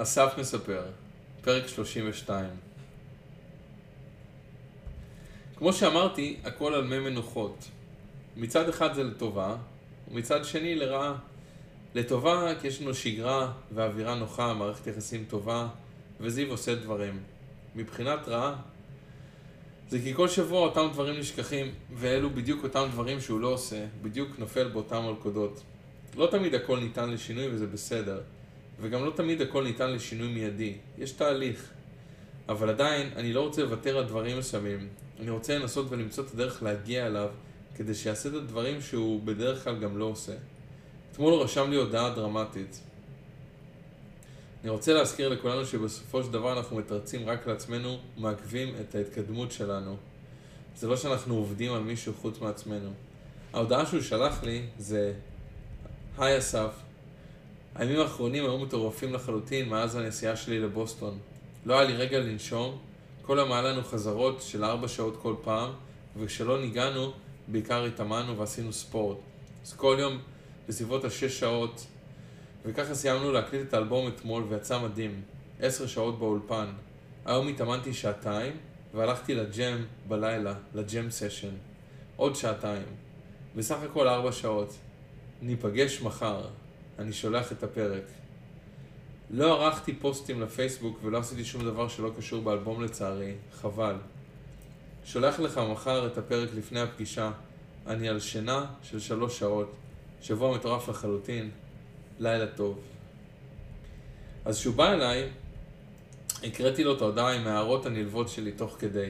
אסף מספר, פרק 32. כמו שאמרתי, הכל על מי מנוחות. מצד אחד זה לטובה, ומצד שני לרעה. לטובה כי יש לנו שגרה ואווירה נוחה, מערכת יחסים טובה, וזיו עושה דברים. מבחינת רעה, זה כי כל שבוע אותם דברים נשכחים, ואלו בדיוק אותם דברים שהוא לא עושה, בדיוק נופל באותם מלכודות. לא תמיד הכל ניתן לשינוי וזה בסדר, וגם לא תמיד הכל ניתן לשינוי מיידי, יש תהליך. אבל עדיין, אני לא רוצה לוותר על דברים מסוימים. אני רוצה לנסות ולמצוא את הדרך להגיע אליו, כדי שיעשה את הדברים שהוא בדרך כלל גם לא עושה. אתמול הוא רשם לי הודעה דרמטית. אני רוצה להזכיר לכולנו שבסופו של דבר אנחנו מתרצים רק לעצמנו ומעכבים את ההתקדמות שלנו. זה לא שאנחנו עובדים על מישהו חוץ מעצמנו. ההודעה שהוא שלח לי זה: היי אסף, הימים האחרונים היו מטורפים לחלוטין מאז הנסיעה שלי לבוסטון. לא היה לי רגע לנשום, כל יום היה לנו חזרות של 4 שעות כל פעם, וכשלא ניגענו, בעיקר התאמנו ועשינו ספורט. אז כל יום בסביבות 6 שעות, וככה סיימנו להקליט את האלבום אתמול ויצא מדהים. 10 שעות באולפן. היום התאמנתי 2 שעות, והלכתי לג'ם בלילה, לג'ם סשן. עוד 2 שעות. בסך הכל 4 שעות. ניפגש מחר. אני שולח את הפרק. לא ערכתי פוסטים לפייסבוק ולא עשיתי שום דבר שלא קשור באלבום לצערי. חבל. שולח לך מחר את הפרק לפני הפגישה. אני על שינה של 3 שעות. שבוע מטורף לחלוטין. לילה טוב. אז שהוא בא אליי, הקראתי לו את ההודעה עם הערות הנלוות שלי תוך כדי.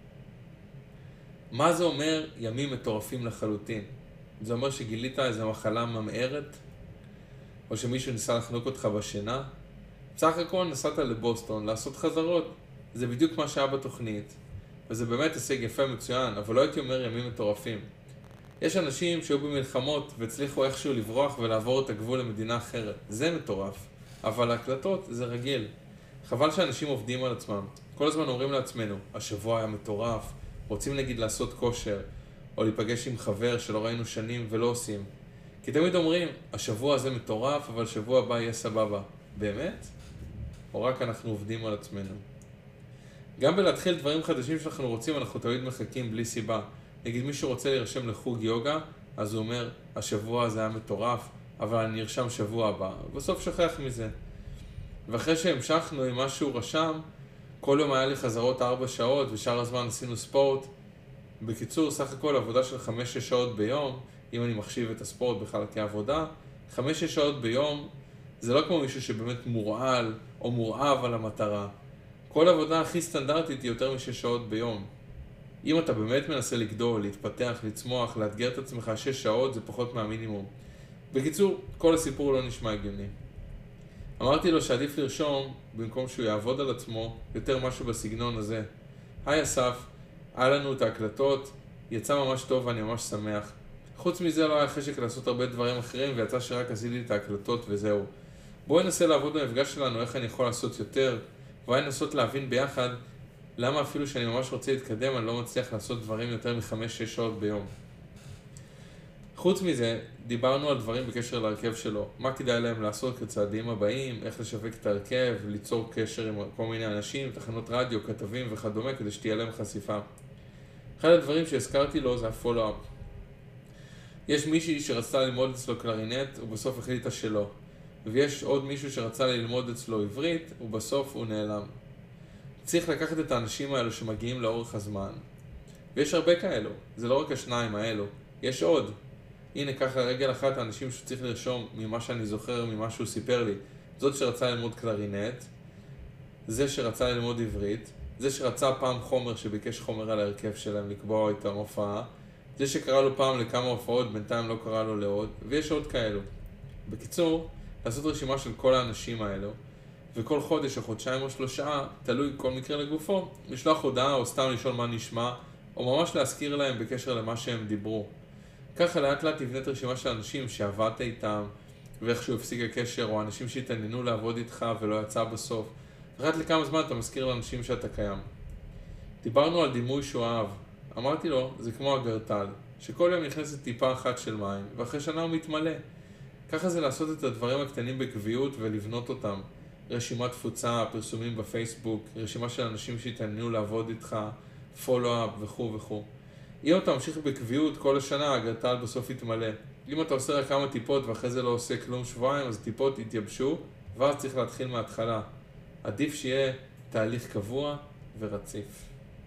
מה זה אומר ימים מטורפים לחלוטין? זה אומר שגילית איזו מחלה ממארת? או שמישהו ניסה לחנוק אותך בשינה? בסך הכל נסעת לבוסטון לעשות חזרות. זה בדיוק מה שהיה בתוכנית. וזה באמת הישג יפה מצוין, אבל לא הייתי אומר ימים מטורפים. יש אנשים שהיו במלחמות והצליחו איכשהו לברוח ולעבור את הגבול למדינה אחרת. זה מטורף. אבל ההקלטות זה רגיל. חבל שאנשים עובדים על עצמם. כל הזמן אומרים לעצמנו, השבוע היה מטורף, רוצים נגיד לעשות כושר, או להיפגש עם חבר שלא ראינו שנים ולא עושים. כי תמיד אומרים, השבוע הזה מטורף, אבל שבוע הבא יהיה סבבה. באמת? או רק אנחנו עובדים על עצמנו? גם בלהתחיל דברים חדשים שאנחנו רוצים, אנחנו תמיד מחכים בלי סיבה. נגיד מישהו רוצה להירשם לחוג יוגה, אז הוא אומר, השבוע הזה היה מטורף, אבל אני נרשם שבוע הבא. בסוף שכח מזה. ואחרי שהמשכנו עם מה שהוא רשם, כל יום היה לי חזרות 4 שעות, ושאר הזמן עשינו ספורט. בקיצור, סך הכל עבודה של 5-6 שעות ביום, אם אני מחשיב את הספורט בכלל כעבודה, 5-6 שעות ביום, זה לא כמו מישהו שבאמת מורעל או מורעב על המטרה. כל עבודה הכי סטנדרטית היא יותר מ6 שעות ביום. אם אתה באמת מנסה לגדול, להתפתח, לצמוח, לאתגר את עצמך 6 שעות, זה פחות מהמינימום. בקיצור, כל הסיפור לא נשמע הגיוני. אמרתי לו שעדיף לרשום, במקום שהוא יעבוד על עצמו, יותר משהו בסגנון הזה. היי אסף, היה לנו את ההקלטות, יצא ממש טוב ואני ממש שמח. חוץ מזה לא היה חשק לעשות הרבה דברים אחרים, ויצא שרק עשיתי את ההקלטות וזהו. בואי ננסה לעבוד במפגש שלנו איך אני יכול לעשות יותר, ואולי ננסות להבין ביחד למה אפילו שאני ממש רוצה להתקדם, אני לא מצליח לעשות דברים יותר מ5-6 שעות ביום. חוץ מזה, דיברנו על דברים בקשר להרכב שלו. מה כדאי להם לעשות כצעדים הבאים, איך לשווק את ההרכב, ליצור קשר עם כל מיני אנשים, תחנות רדיו, כתבים וכדומה, כדי שתהיה להם חשיפה. אחד הדברים שהזכרתי לו זה הפולו-אפ. יש מישהי שרצתה ללמוד אצלו קלרינט, ובסוף החליטה שלא. ויש עוד מישהו שרצה ללמוד אצלו עברית, ובסוף הוא נעלם. צריך לקחת את האנשים האלו שמגיעים לאורך הזמן. ויש הרבה כאלו, זה לא רק השניים האלו, יש עוד. הנה ככה רגל אחת האנשים שצריך לרשום ממה שאני זוכר, ממה שהוא סיפר לי. זאת שרצה ללמוד קלרינט, זה שרצה ללמוד עברית, זה שרצה פעם חומר שביקש חומר על ההרכב שלהם לקבוע את ההופעה, זה שקרא לו פעם לכמה הופעות, בינתיים לא קרא לו לעוד, ויש עוד כאלו. בקיצור, לעשות רשימה של כל האנשים האלו, וכל חודש או חודשיים או 3, תלוי כל מקרה לגופו, לשלוח הודעה או סתם לשאול מה נשמע, או ממש להזכיר להם בקשר למה שהם דיברו. ככה לאט לאט תבנית רשימה של אנשים שעבדת איתם, ואיכשהו הפסיק הקשר, או אנשים שהתעניינו לעבוד איתך ולא יצא בסוף. אחת לכמה זמן אתה מזכיר לאנשים שאתה קיים. דיברנו על דימוי שהוא אהב. אמרתי לו, זה כמו הגרטל, שכל יום נכנסת טיפה אחת של מים, ואחרי שנה הוא מתמלא. ככה זה לעשות את הדברים הקטנים בקביעות ולבנות אותם. רשימת תפוצה, פרסומים בפייסבוק, רשימה של אנשים שהתעניינו לעבוד איתך, פולו-אפ וכו' וכו'. אם אתה ממשיך בקביעות כל השנה, הגלטל בסוף יתמלא. אם אתה עושה רק כמה טיפות ואחרי זה לא עושה כלום שבועיים, אז טיפות יתייבשו, ואז צריך להתחיל מההתחלה. עדיף שיהיה תהליך קבוע ורציף.